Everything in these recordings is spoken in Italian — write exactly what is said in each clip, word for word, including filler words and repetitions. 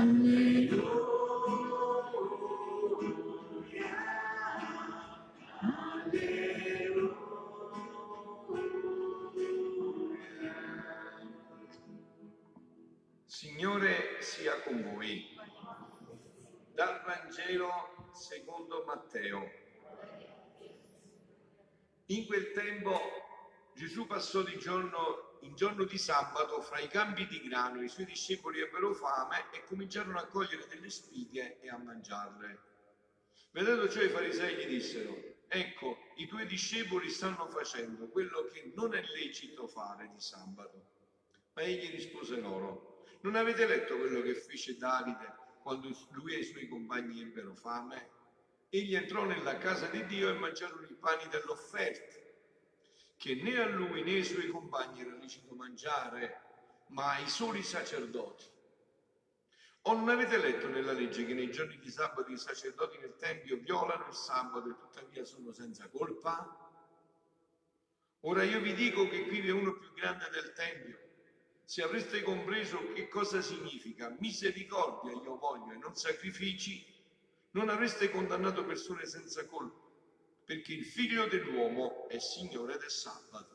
Signore sia con voi. Dal Vangelo secondo Matteo. In quel tempo Gesù passò di giorno in giorno di sabato fra i campi di grano. I suoi discepoli ebbero fame e cominciarono a cogliere delle spighe e a mangiarle. Vedendo ciò, i farisei gli dissero: ecco, i tuoi discepoli stanno facendo quello che non è lecito fare di sabato. Ma egli rispose loro: non avete letto quello che fece Davide quando lui e i suoi compagni ebbero fame? Egli entrò nella casa di Dio e mangiarono i pani dell'offerta, che né a lui né ai suoi compagni era lecito mangiare, ma ai soli sacerdoti. O non avete letto nella legge che nei giorni di sabato i sacerdoti nel tempio violano il sabato e tuttavia sono senza colpa? Ora io vi dico che qui vi è uno più grande del tempio. Se avreste compreso che cosa significa misericordia io voglio e non sacrifici, non avreste condannato persone senza colpa, perché il Figlio dell'uomo è Signore del sabato.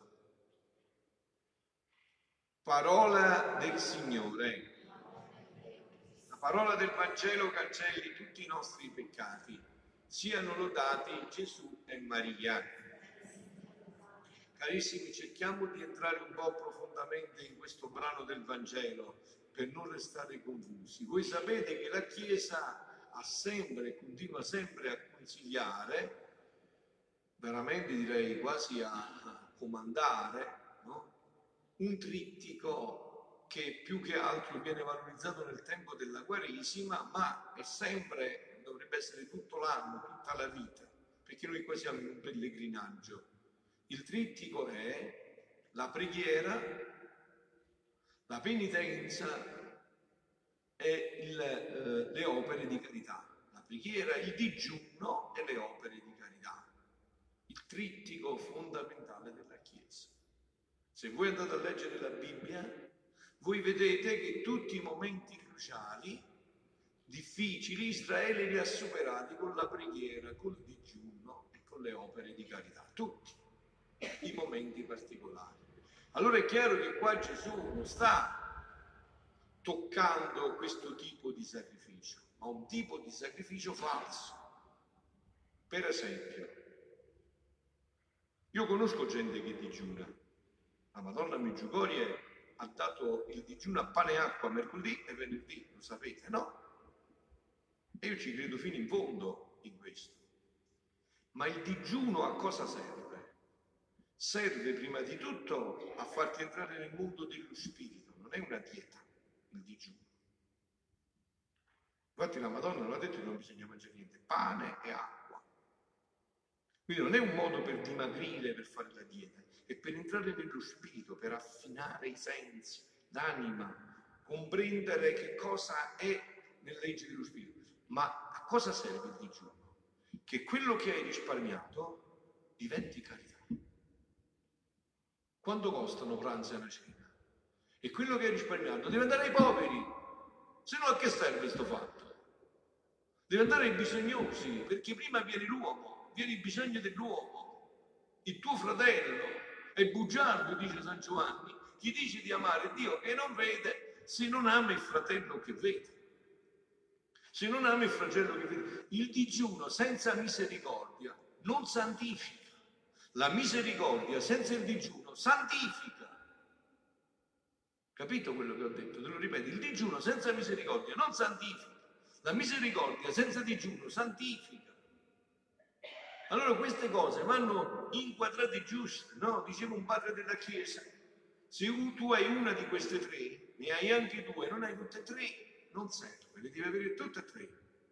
Parola del Signore. La parola del Vangelo cancelli tutti i nostri peccati. Siano lodati Gesù e Maria. Carissimi, cerchiamo di entrare un po' profondamente in questo brano del Vangelo per non restare confusi. Voi sapete che la Chiesa ha sempre, continua sempre a consigliare, veramente direi quasi a comandare, no? Un trittico che più che altro viene valorizzato nel tempo della Quaresima, ma è sempre, dovrebbe essere tutto l'anno, tutta la vita, perché noi qua siamo in un pellegrinaggio. Il trittico è la preghiera, la penitenza e il, eh, le opere di carità. La preghiera, il digiuno e le opere di carità. Il trittico fondamentale della Chiesa. Se voi andate a leggere la Bibbia, voi vedete che tutti i momenti cruciali, difficili, Israele li ha superati con la preghiera, col digiuno e con le opere di carità. Tutti i momenti particolari. Allora è chiaro che qua Gesù non sta toccando questo tipo di sacrificio, ma un tipo di sacrificio falso. Per esempio, io conosco gente che digiuna. La Madonna Medjugorje ha dato il digiuno a pane e acqua mercoledì e venerdì, lo sapete, no? E io ci credo fino in fondo in questo. Ma il digiuno a cosa serve? Serve prima di tutto a farti entrare nel mondo dello spirito, non è una dieta il digiuno. Infatti la Madonna non ha detto che non bisogna mangiare niente, pane e acqua. Quindi non è un modo per dimagrire, per fare la dieta, è per entrare nello spirito, per affinare i sensi, l'anima, comprendere che cosa è nella legge dello spirito. Ma a cosa serve il digiuno? Che quello che hai risparmiato diventi carità. Quanto costano pranzo e una cena? E quello che hai risparmiato deve andare ai poveri, se no a che serve sto fatto? Deve andare ai bisognosi, perché prima viene l'uomo, viene il bisogno dell'uomo. Il tuo fratello è bugiardo, dice San Giovanni, chi dice di amare Dio che non vede, se non ama il fratello che vede. Se non ama il fratello che vede. Il digiuno senza misericordia non santifica. La misericordia senza il digiuno santifica. Capito quello che ho detto? Te lo ripeto, il digiuno senza misericordia non santifica. La misericordia senza digiuno santifica. Allora queste cose vanno inquadrate giuste, no? Diceva un padre della Chiesa, se tu hai una di queste tre, ne hai anche due, non hai tutte e tre, non serve, le devi avere tutte e tre.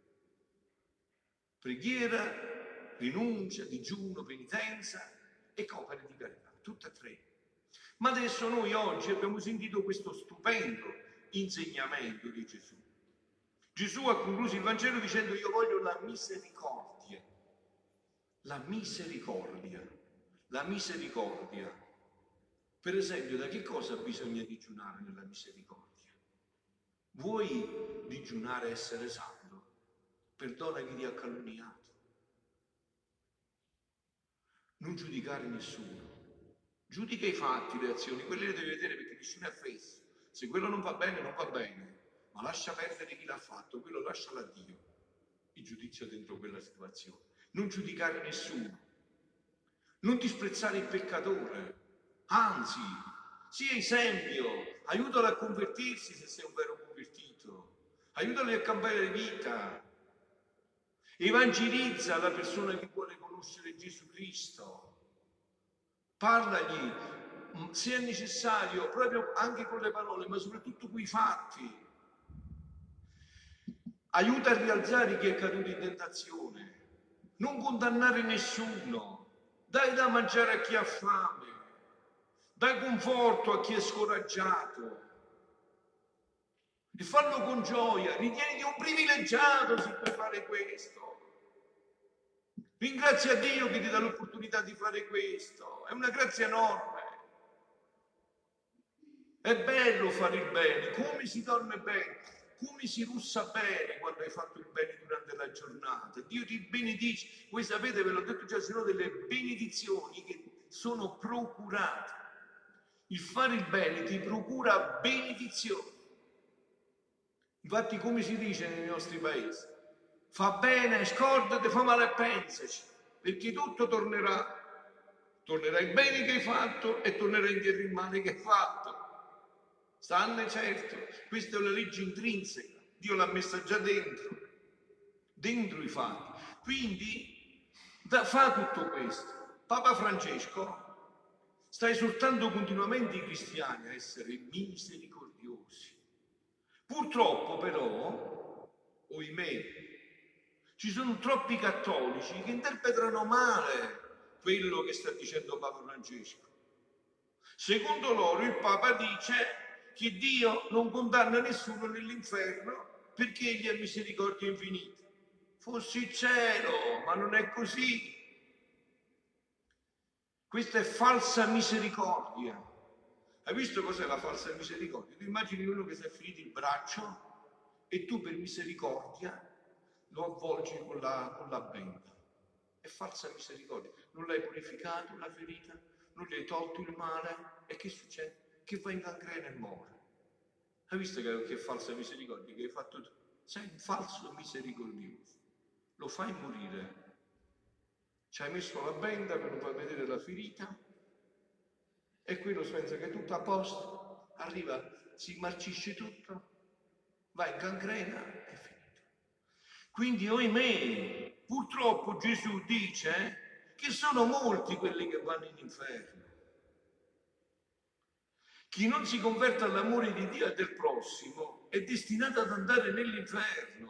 Preghiera, rinuncia, digiuno, penitenza e opere di carità, tutte e tre. Ma adesso noi oggi abbiamo sentito questo stupendo insegnamento di Gesù. Gesù ha concluso il Vangelo dicendo: io voglio la misericordia. La misericordia. La misericordia. Per esempio, da che cosa bisogna digiunare nella misericordia? Vuoi digiunare e essere salvo? Perdona chi ti ha calunniato. Non giudicare nessuno. Giudica i fatti, le azioni, quelle le devi vedere perché nessuno è fesso. Se quello non va bene, non va bene, ma lascia perdere chi l'ha fatto, quello lascialo a Dio, il giudizio dentro quella situazione. Non giudicare nessuno, non disprezzare il peccatore, anzi, sii esempio, aiutalo a convertirsi se sei un vero convertito, aiutalo a cambiare vita, evangelizza la persona che vuole conoscere Gesù Cristo. Parlagli, se è necessario, proprio anche con le parole, ma soprattutto con i fatti. Aiuta a rialzare chi è caduto in tentazione. Non condannare nessuno. Dai da mangiare a chi ha fame. Dai conforto a chi è scoraggiato. E fallo con gioia. Ritieniti un privilegiato se puoi fare questo. Ringrazia Dio che ti dà l'opportunità di fare questo, è una grazia enorme. È bello fare il bene, come si dorme bene, come si russa bene quando hai fatto il bene durante la giornata. Dio ti benedice. Voi sapete, ve l'ho detto già, sono delle benedizioni che sono procurate. Il fare il bene ti procura benedizioni. Infatti, come si dice nei nostri paesi, fa bene, scordati, fa male e pensaci, perché tutto tornerà. Tornerà il bene che hai fatto e tornerà indietro il male che hai fatto. Stanne certo, questa è una legge intrinseca, Dio l'ha messa già dentro, dentro i fatti. Quindi da, fa tutto questo. Papa Francesco sta esortando continuamente i cristiani a essere misericordiosi. Purtroppo però, ohimè, ci sono troppi cattolici che interpretano male quello che sta dicendo Papa Francesco. Secondo loro il Papa dice che Dio non condanna nessuno nell'inferno perché egli ha misericordia infinita. Fossi il cielo, ma non è così. Questa è falsa misericordia. Hai visto cos'è la falsa misericordia? Tu immagini uno che si è finito il braccio e tu per misericordia lo avvolgi con la, con la benda. È falsa misericordia. Non l'hai purificato la ferita, non gli hai tolto il male e che succede? Che va in gangrena e muore. Hai visto che, che è falsa misericordia? Che hai fatto tu? Sei un falso misericordioso. Lo fai morire. Ci hai messo la benda per non far vedere la ferita e quello pensa che è tutto a posto, arriva, si marcisce tutto, va in gangrena e è finito. Quindi, ohimè, purtroppo Gesù dice che sono molti quelli che vanno in inferno. Chi non si converte all'amore di Dio e del prossimo è destinato ad andare nell'inferno.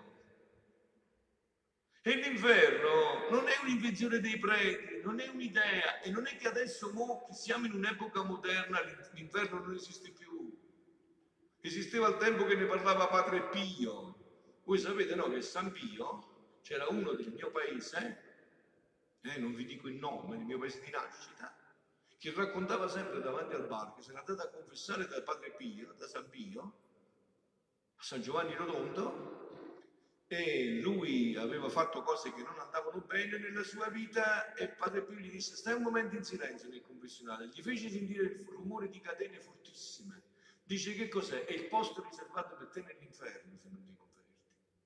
E l'inferno non è un'invenzione dei preti, non è un'idea, e non è che adesso mo, siamo in un'epoca moderna, l'inferno non esiste più. Esisteva al tempo che ne parlava Padre Pio. Voi sapete, no, che San Pio, c'era uno del mio paese, eh, non vi dico il nome, del mio paese di nascita, che raccontava sempre davanti al bar che si era andato a confessare da Padre Pio, da San Pio, a San Giovanni Rotondo, e lui aveva fatto cose che non andavano bene nella sua vita e Padre Pio gli disse stai un momento in silenzio nel confessionale, gli fece sentire il rumore di catene fortissime, dice che cos'è? È il posto riservato per te nell'inferno se non ti converti.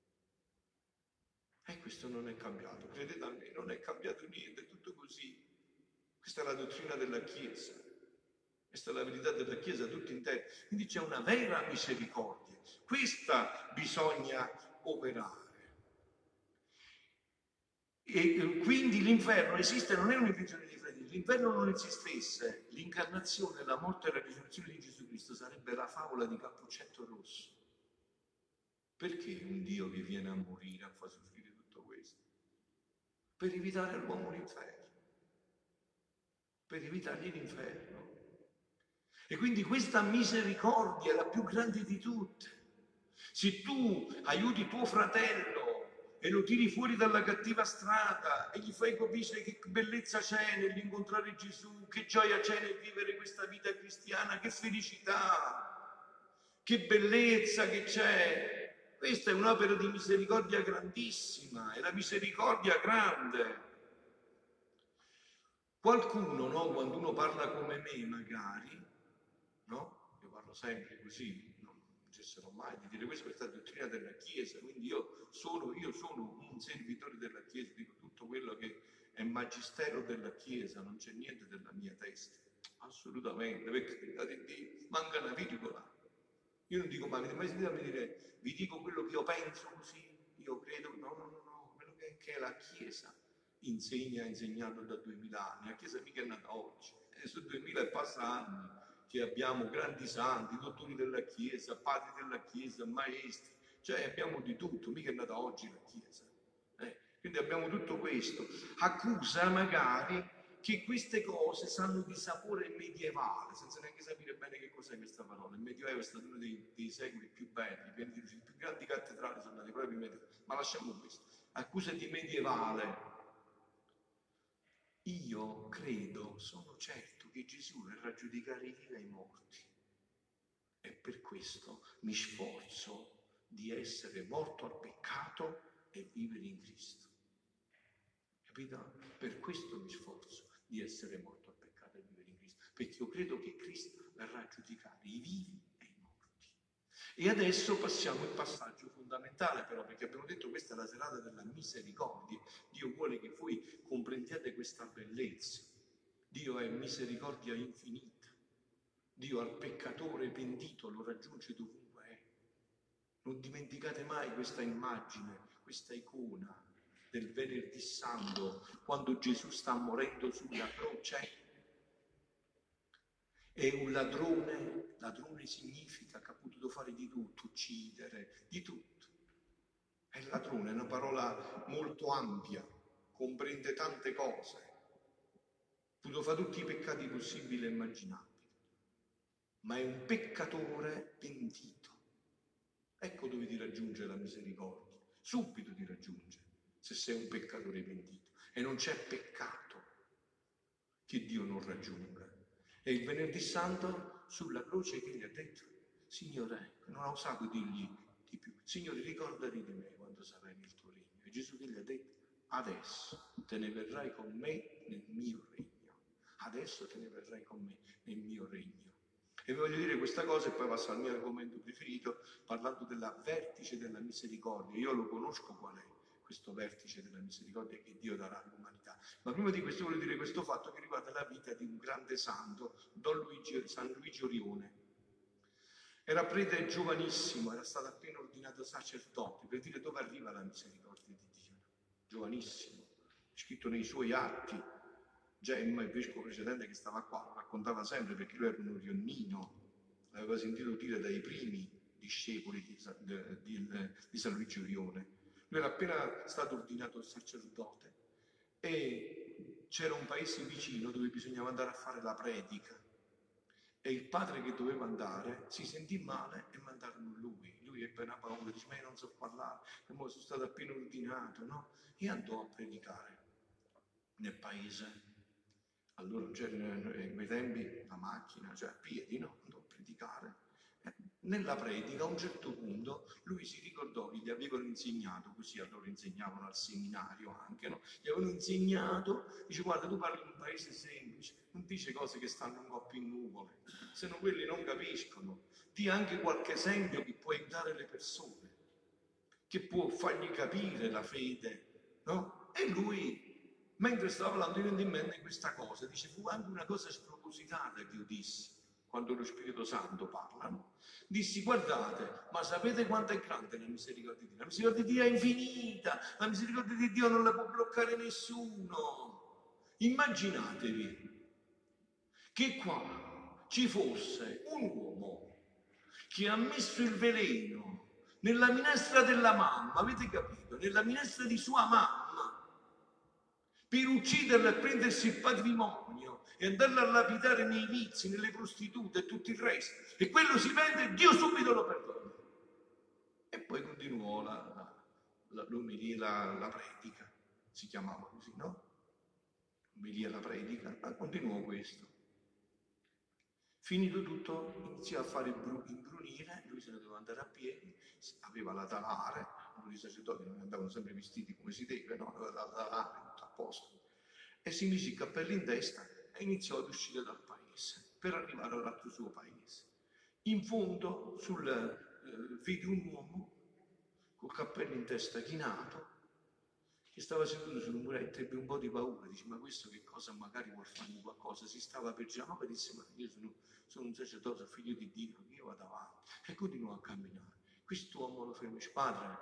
E questo non è cambiato, credete a me, non è cambiato niente, è tutto così. Questa è la dottrina della Chiesa, questa è la verità della Chiesa tutta intera, quindi c'è una vera misericordia, questa bisogna operare. E quindi l'inferno esiste, non è un'invenzione di fratelli, l'inferno non esistesse, l'incarnazione, la morte e la risurrezione di Gesù Cristo sarebbe la favola di Cappuccetto Rosso. Perché un Dio che viene a morire a far soffrire tutto questo? Per evitare all'uomo l'inferno, per evitargli l'inferno. E quindi questa misericordia è la più grande di tutte. Se tu aiuti tuo fratello e lo tiri fuori dalla cattiva strada e gli fai capire che bellezza c'è nell'incontrare Gesù, che gioia c'è nel vivere questa vita cristiana, che felicità, che bellezza che c'è. Questa è un'opera di misericordia grandissima, è la misericordia grande. Qualcuno, no, quando uno parla come me magari, no? Io parlo sempre così, non cesserò mai di dire questa, questa è la dottrina della Chiesa, quindi io sono, io sono un servitore della Chiesa, dico tutto quello che è magistero della Chiesa, non c'è niente della mia testa, assolutamente, perché Dio, manca una virgola. Io non dico, ma avete mai sentito me dire, vi dico quello che io penso così, io credo, no, no, no, no, quello che è, che è la Chiesa insegna, ha insegnato da duemila anni, la Chiesa mica è nata oggi, e su duemila e passa anni che abbiamo grandi santi, dottori della Chiesa, padri della Chiesa, maestri, cioè abbiamo di tutto, mica è nata oggi la Chiesa. Eh? Quindi abbiamo tutto questo. Accusa magari che queste cose sanno di sapore medievale, senza neanche sapere bene che cos'è questa parola. Il Medioevo è stato uno dei, dei secoli più belli, pieni di luce, i più grandi cattedrali sono andati proprio medievali, ma lasciamo questo. Accusa di medievale. Io credo, sono certo che Gesù verrà a giudicare i vivi e i morti. E per questo mi sforzo di essere morto al peccato e vivere in Cristo. Capito? Per questo mi sforzo di essere morto al peccato e vivere in Cristo. Perché io credo che Cristo verrà a giudicare i vivi e i morti. E adesso passiamo al passaggio fondamentale però, perché abbiamo detto che questa è la serata della misericordia. Dio vuole che voi comprendiate questa bellezza. Dio è misericordia infinita. Dio al peccatore pentito lo raggiunge dovunque è. Non dimenticate mai questa immagine, questa icona del venerdì santo, quando Gesù sta morendo sulla croce. È un ladrone, ladrone significa che ha potuto fare di tutto, uccidere, di tutto. È ladrone, è una parola molto ampia, comprende tante cose. Ha potuto fare tutti i peccati possibili e immaginabili, ma è un peccatore pentito. Ecco dove ti raggiunge la misericordia, subito ti raggiunge, se sei un peccatore pentito. E non c'è peccato che Dio non raggiunga. E il venerdì santo sulla croce che gli ha detto, Signore, non ha osato dirgli di più, Signore ricordati di me quando sarai nel tuo regno. E Gesù che gli ha detto, adesso te ne verrai con me nel mio regno. Adesso te ne verrai con me nel mio regno. E vi voglio dire questa cosa e poi passo al mio argomento preferito, parlando della vertice della misericordia. Io lo conosco qual è questo vertice della misericordia che Dio darà all'umanità. Ma prima di questo voglio dire questo fatto che riguarda la vita di un grande santo, Don Luigi, San Luigi Orione. Era prete giovanissimo, era stato appena ordinato sacerdote, per dire dove arriva la misericordia di Dio. Giovanissimo, scritto nei suoi atti. Gemma, il vescovo precedente che stava qua, lo raccontava sempre perché lui era un orionnino, l'aveva sentito dire dai primi discepoli di, di, di San Luigi Orione. Lui era appena stato ordinato sacerdote e c'era un paese vicino dove bisognava andare a fare la predica e il padre che doveva andare si sentì male e mandarono lui. Lui ebbe una paura, dice ma io non so parlare, sono stato appena ordinato, no? E andò a predicare nel paese. Allora c'era in quei tempi la macchina, cioè a piedi, no? Andò a predicare. Nella predica a un certo punto lui si ricordò che gli avevano insegnato, così allora insegnavano al seminario anche, no? Gli avevano insegnato, dice guarda tu parli in un paese semplice, non dice cose che stanno un po' più in nuvole, se no quelli non capiscono, di anche qualche esempio che può aiutare le persone, che può fargli capire la fede, no? E lui, mentre stava parlando, gli venne in mente questa cosa, dice fu anche una cosa spropositata che io dissi, quando lo Spirito Santo parla, no? Dissi guardate, ma sapete quanto è grande la misericordia di Dio? La misericordia di Dio è infinita, la misericordia di Dio non la può bloccare nessuno. Immaginatevi che qua ci fosse un uomo che ha messo il veleno nella minestra della mamma, avete capito? Nella minestra di sua mamma, per ucciderla e prendersi il patrimonio e andarla a lapidare nei vizi, nelle prostitute e tutto il resto. E quello si vende e Dio subito lo perdona. E poi continuò la, la, l'omelia, la, la predica, si chiamava così, no? L'omelia, la predica, ma continuò questo. Finito tutto, iniziò a fare imbrunire, lui se ne doveva andare a piedi, aveva la talare, i sacerdoti non andavano sempre vestiti come si deve, no? Aveva la talare, tutto a posto, e si mise il cappello in testa e iniziò ad uscire dal paese per arrivare all'altro suo paese. In fondo sul eh, vide un uomo col cappello in testa chinato che stava seduto sul muretto, ebbe un po' di paura, dice ma questo che cosa, magari vuol farmi qualcosa, si stava per girare, e disse ma io sono, sono un sacerdote, figlio di Dio, io vado avanti, e continuò a camminare. Quest'uomo lo fermò, padre,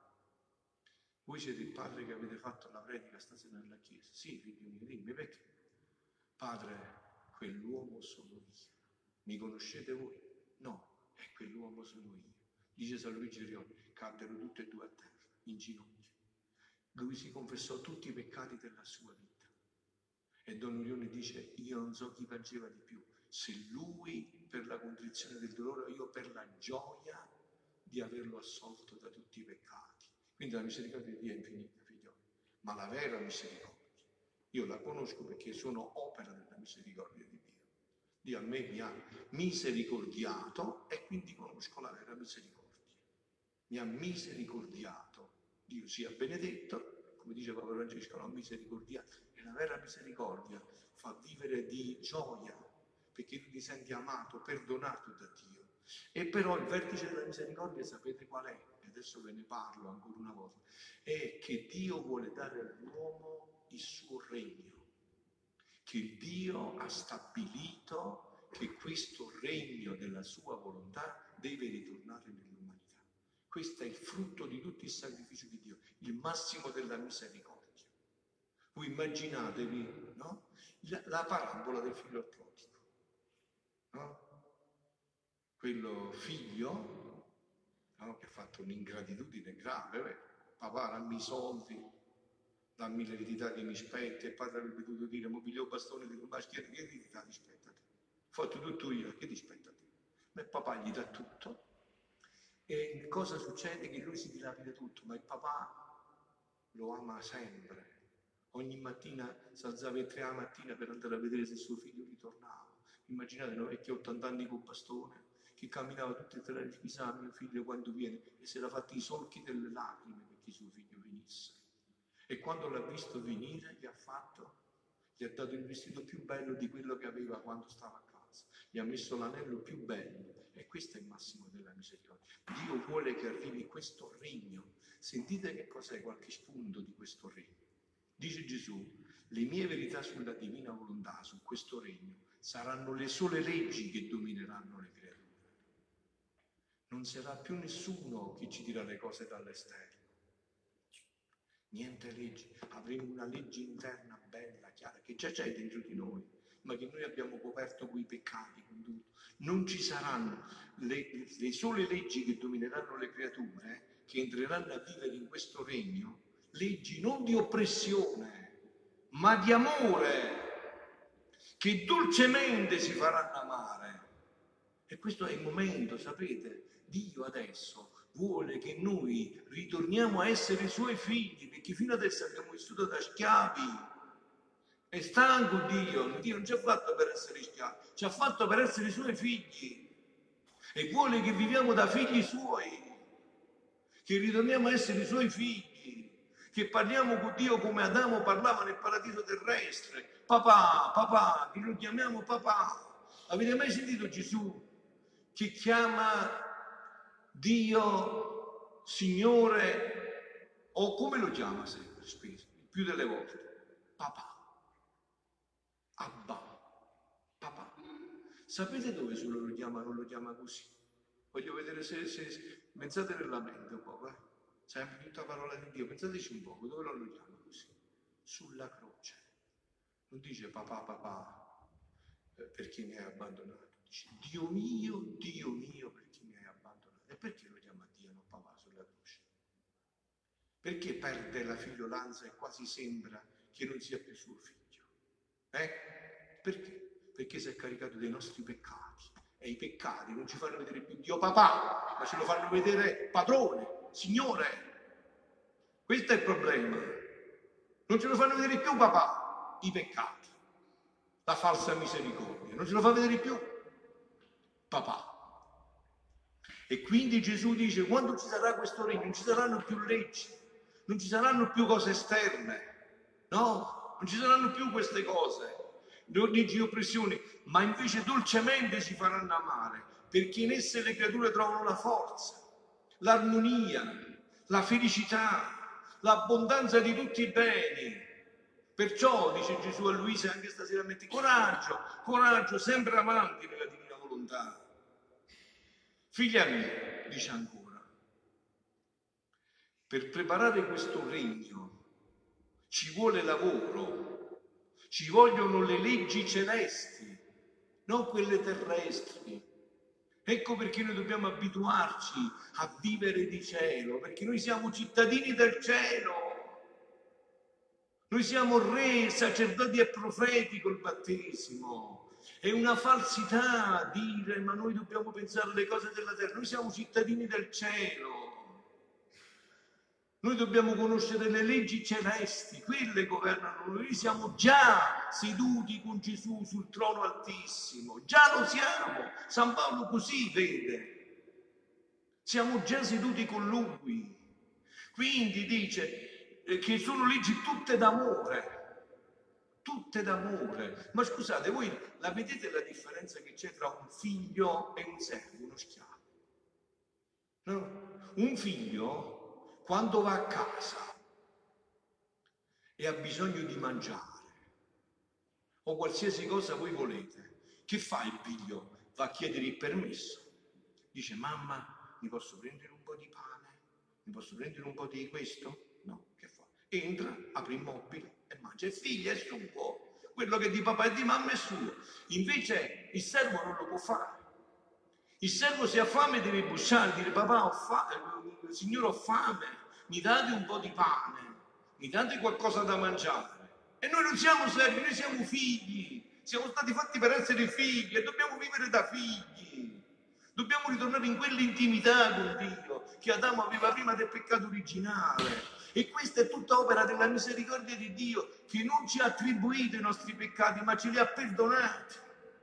voi siete il padre che avete fatto la predica stasera nella chiesa? Sì, figlio mio, dimmi perché? Padre, quell'uomo sono io. Mi conoscete voi? No, è quell'uomo sono io. Dice San Luigi Rioli, caddero tutte e due a terra, in ginocchio. Lui si confessò tutti i peccati della sua vita. E Don Urione dice, io non so chi piangeva di più, se lui per la contrizione del dolore o io per la gioia di averlo assolto da tutti i peccati. Quindi la misericordia di Dio è infinita, figlioli. Ma la vera misericordia, io la conosco perché sono opera della misericordia di Dio. Dio a me mi ha misericordiato e quindi conosco la vera misericordia. Mi ha misericordiato. Dio sia benedetto, come dice Papa Francesco, no? Misericordiato. E la vera misericordia fa vivere di gioia, perché tu ti senti amato, perdonato da Dio. E però il vertice della misericordia, sapete qual è? E adesso ve ne parlo ancora una volta. È che Dio vuole dare all'uomo il suo regno, che Dio ha stabilito che questo regno della sua volontà deve ritornare nell'umanità. Questo è il frutto di tutto il sacrificio di Dio, il massimo della misericordia. Voi immaginatevi, no? La, la parabola del figlio prodigo, no? Quello figlio, no? Che ha fatto un'ingratitudine grave, beh, papà dammi i soldi, dammi l'eredità che mi spetta, e il padre avrebbe dovuto dire, mo piglio bastone di combaci, che eredità ti spetta a te? Ho fatto tutto io, che ti spetta a te? Beh, papà gli dà tutto. E cosa succede? Che lui si dilapida tutto, ma il papà lo ama sempre. Ogni mattina si alzava alle tre la mattina per andare a vedere se suo figlio ritornava. Immaginate una vecchia ottanta anni con bastone, che camminava tutte e tre, chissà mio figlio quando viene, e si era fatti i solchi delle lacrime perché suo figlio venisse. E quando l'ha visto venire, gli ha fatto, gli ha dato il vestito più bello di quello che aveva quando stava a casa. Gli ha messo l'anello più bello. E questo è il massimo della misericordia. Dio vuole che arrivi questo regno. Sentite che cos'è qualche spunto di questo regno. Dice Gesù, le mie verità sulla divina volontà, su questo regno, saranno le sole leggi che domineranno le creature. Non sarà più nessuno che ci dirà le cose dall'esterno. Niente leggi. Avremo una legge interna bella, chiara, che già c'è dentro di noi, ma che noi abbiamo coperto coi peccati, con tutto. Non ci saranno le, le sole leggi che domineranno le creature, che entreranno a vivere in questo regno, leggi non di oppressione, ma di amore, che dolcemente si faranno amare. E questo è il momento, sapete, Dio adesso vuole che noi ritorniamo a essere suoi figli, perché fino adesso abbiamo vissuto da schiavi. È stanco Dio, Dio non ci ha fatto per essere schiavi, ci ha fatto per essere i suoi figli. E vuole che viviamo da figli suoi, che ritorniamo a essere i suoi figli, che parliamo con Dio come Adamo parlava nel paradiso terrestre. Papà, papà, che lo chiamiamo papà. Avete mai sentito Gesù che chiama Dio Signore, o come lo chiama sempre, spesso, più delle volte? Papà. Abba, papà. Sapete dove solo lo chiama, non lo chiama così? Voglio vedere se, se, se pensate nella mente un po', eh? Sempre tutta parola di Dio, pensateci un po', dove non lo chiama così? Sulla croce. Non dice papà, papà, eh, perché mi hai abbandonato. Dice Dio mio, Dio mio, perché mi hai abbandonato. E perché lo chiama Dio, non papà, sulla croce? Perché perde la figliolanza e quasi sembra che non sia più suo figlio? Eh? Perché? Perché si è caricato dei nostri peccati. E i peccati non ci fanno vedere più Dio papà, ma ce lo fanno vedere padrone, Signore. Questo è il problema. Non ce lo fanno vedere più papà, i peccati, la falsa misericordia. Non ce lo fa vedere più papà. E quindi Gesù dice, quando ci sarà questo regno, non ci saranno più leggi, non ci saranno più cose esterne, no? Non ci saranno più queste cose, leggi e oppressioni, ma invece dolcemente si faranno amare, perché in esse le creature trovano la forza, l'armonia, la felicità, l'abbondanza di tutti i beni. Perciò, dice Gesù a Luisa, anche stasera metti coraggio, coraggio, sempre avanti nella divina volontà. Figlia mia, dice ancora, per preparare questo regno ci vuole lavoro, ci vogliono le leggi celesti, non quelle terrestri. Ecco perché noi dobbiamo abituarci a vivere di cielo, perché noi siamo cittadini del cielo. Noi siamo re, sacerdoti e profeti col battesimo. È una falsità dire ma noi dobbiamo pensare alle cose della terra. Noi siamo cittadini del cielo. Noi dobbiamo conoscere le leggi celesti, quelle governano noi. Noi siamo già seduti con Gesù sul trono altissimo. Già lo siamo. San Paolo così vede. Siamo già seduti con Lui. Quindi dice che sono leggi tutte d'amore. Tutte d'amore. Ma scusate, voi la vedete la differenza che c'è tra un figlio e un servo, uno schiavo? No? Un figlio, quando va a casa e ha bisogno di mangiare, o qualsiasi cosa voi volete, che fa il figlio? Va a chiedere il permesso. Dice, mamma, mi posso prendere un po' di pane? Mi posso prendere un po' di questo? No, che fa? Entra, apre il mobile e mangia. Il figlio è suo, quello che di papà e di mamma è suo. Invece il servo non lo può fare. Il servo se ha fame deve bussare, dire papà ho fame, signore ho fame, mi date un po' di pane, mi date qualcosa da mangiare. E noi non siamo servi, noi siamo figli, siamo stati fatti per essere figli e dobbiamo vivere da figli. Dobbiamo ritornare in quell'intimità con Dio che Adamo aveva prima del peccato originale. E questa è tutta opera della misericordia di Dio, che non ci ha attribuito i nostri peccati, ma ce li ha perdonati.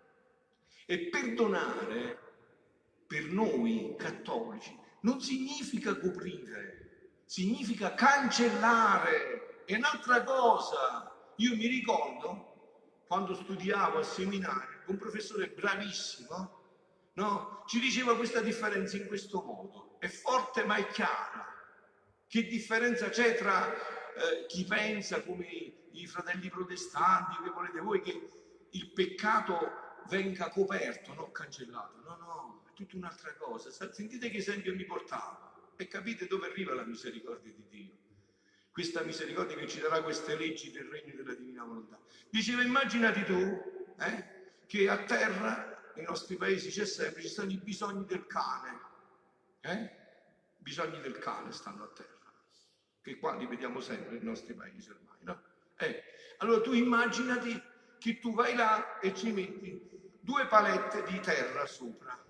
E perdonare per noi cattolici non significa coprire, significa cancellare, è un'altra cosa. Io mi ricordo quando studiavo al seminario, un professore bravissimo, no? Ci diceva questa differenza in questo modo, è forte ma è chiara. Che differenza c'è tra eh, chi pensa come i fratelli protestanti, che volete voi, che il peccato venga coperto, non cancellato? No, no, è tutta un'altra cosa. Sentite che esempio mi portava e capite dove arriva la misericordia di Dio. Questa misericordia che ci darà queste leggi del regno della divina volontà. Diceva, immaginati tu eh, che a terra, nei nostri paesi c'è sempre, ci stanno i bisogni del cane. Eh? Bisogni del cane stanno a terra, che qua li vediamo sempre nei nostri paesi ormai, no? Eh, allora tu immaginati che tu vai là e ci metti due palette di terra sopra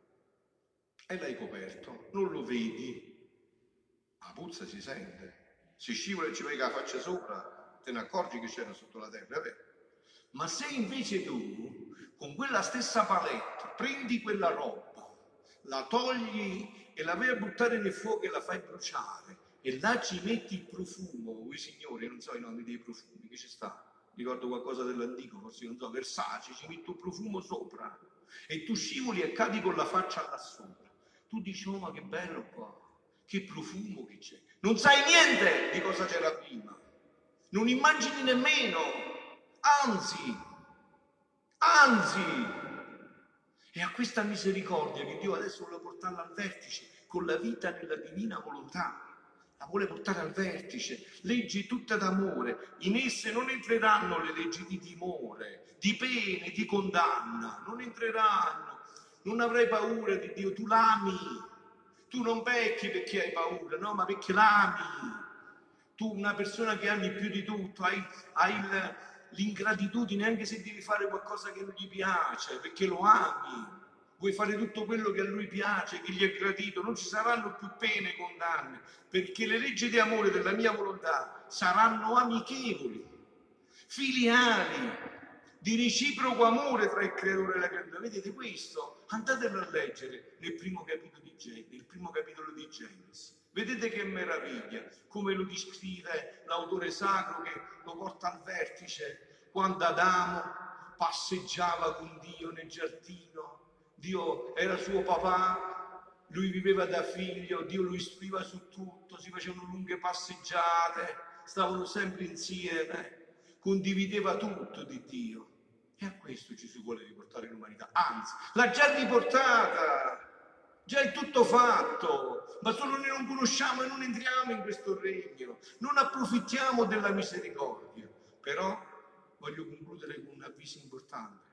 e l'hai coperto, non lo vedi, la puzza si sente, se scivola e ci vai con la faccia sopra te ne accorgi che c'era sotto la terra, è vero? Ma se invece tu con quella stessa palette prendi quella roba, la togli e la vai a buttare nel fuoco e la fai bruciare e là ci metti il profumo, voi signori, non so i nomi dei profumi che ci sta, ricordo qualcosa dell'antico, forse non so, Versace, ci metto il profumo sopra e tu scivoli e cadi con la faccia là sopra. Tu dici, oh ma che bello qua, che profumo che c'è. Non sai niente di cosa c'era prima, non immagini nemmeno, anzi, anzi, e a questa misericordia che Dio adesso vuole portarla al vertice con la vita nella divina volontà. La vuole portare al vertice, leggi tutte d'amore, in esse non entreranno le leggi di timore, di pene, di condanna, non entreranno, non avrai paura di Dio, tu l'ami, tu non pecchi perché hai paura, no, ma perché l'ami, tu una persona che ami più di tutto, hai, hai il, l'ingratitudine anche se devi fare qualcosa che non gli piace, perché lo ami. Vuoi fare tutto quello che a lui piace, che gli è gradito, non ci saranno più pene e condanne, perché le leggi di amore della mia volontà saranno amichevoli, filiali, di reciproco amore tra il creatore e la creatura. Vedete questo? Andatelo a leggere nel primo capitolo di Genesi, nel primo capitolo di Genesi. Vedete che meraviglia, come lo descrive l'autore sacro che lo porta al vertice, quando Adamo passeggiava con Dio nel giardino, Dio era suo papà, lui viveva da figlio, Dio lo istruiva su tutto, si facevano lunghe passeggiate, stavano sempre insieme, condivideva tutto di Dio. E a questo Gesù vuole riportare l'umanità, anzi, l'ha già riportata. Già è tutto fatto, ma solo noi non conosciamo e non entriamo in questo regno, non approfittiamo della misericordia. Però voglio concludere con un avviso importante.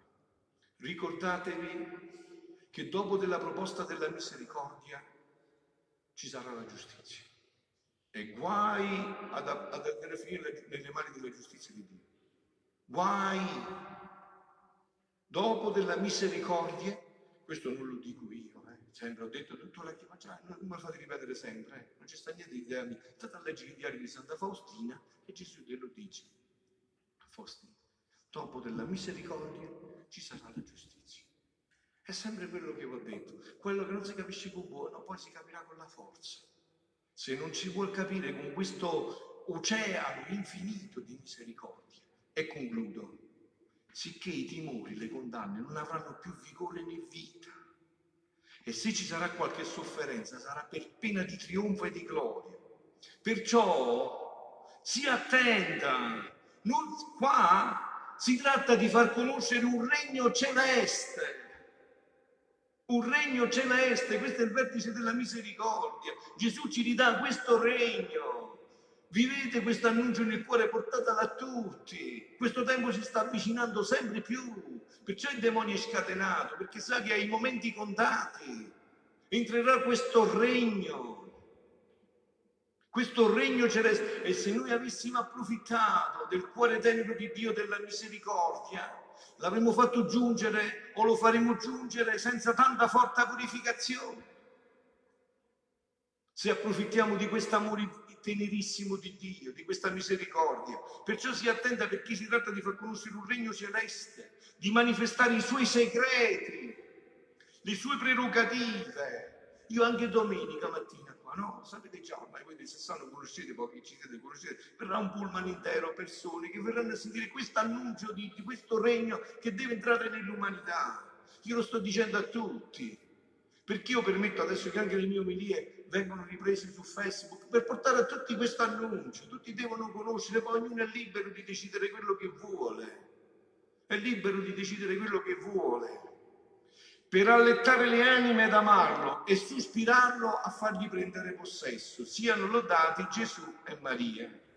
Ricordatevi che dopo della proposta della misericordia ci sarà la giustizia. E guai ad, ad andare a finire nelle mani della giustizia di Dio. Guai. Dopo della misericordia, questo non lo dico io, sempre ho detto tutto la chiesa, non me lo fate ripetere sempre, eh? Non c'è sta niente di idea mia. State a leggere i diari di Santa Faustina e Gesù te lo dice a Faustina. Dopo della misericordia ci sarà la giustizia. È sempre quello che vi ho detto, quello che non si capisce con buono, poi si capirà con la forza. Se non si vuol capire con questo oceano infinito di misericordia, e concludo, sicché i timori, le condanne non avranno più vigore né vita. E se ci sarà qualche sofferenza sarà per pena di trionfo e di gloria. Perciò si attenta, non, qua si tratta di far conoscere un regno celeste, un regno celeste, questo è il vertice della misericordia. Gesù ci ridà questo regno. Vivete questo annuncio nel cuore, portatelo a tutti. Questo tempo si sta avvicinando sempre più. Perciò il demonio è scatenato, perché sa che ha i momenti contati. Entrerà questo regno, questo regno celeste. E se noi avessimo approfittato del cuore tenero di Dio, della misericordia, l'avremmo fatto giungere o lo faremo giungere senza tanta forte purificazione. Se approfittiamo di questo amore tenerissimo di Dio, di questa misericordia. Perciò si attenta, perché si tratta di far conoscere un regno celeste, di manifestare i suoi segreti, le sue prerogative. Io anche domenica mattina qua, no? Sapete già, ormai voi di sessanta conoscete, pochi ci siete conoscete, verrà un pullman intero, persone che verranno a sentire questo annuncio di, di questo regno che deve entrare nell'umanità. Io lo sto dicendo a tutti, perché io permetto adesso che anche le mie omelie vengono riprese su Facebook per portare a tutti questo annuncio. Tutti devono conoscere, poi ognuno è libero di decidere quello che vuole, è libero di decidere quello che vuole, per allettare le anime ed amarlo e sospirarlo a fargli prendere possesso. Siano lodati Gesù e Maria.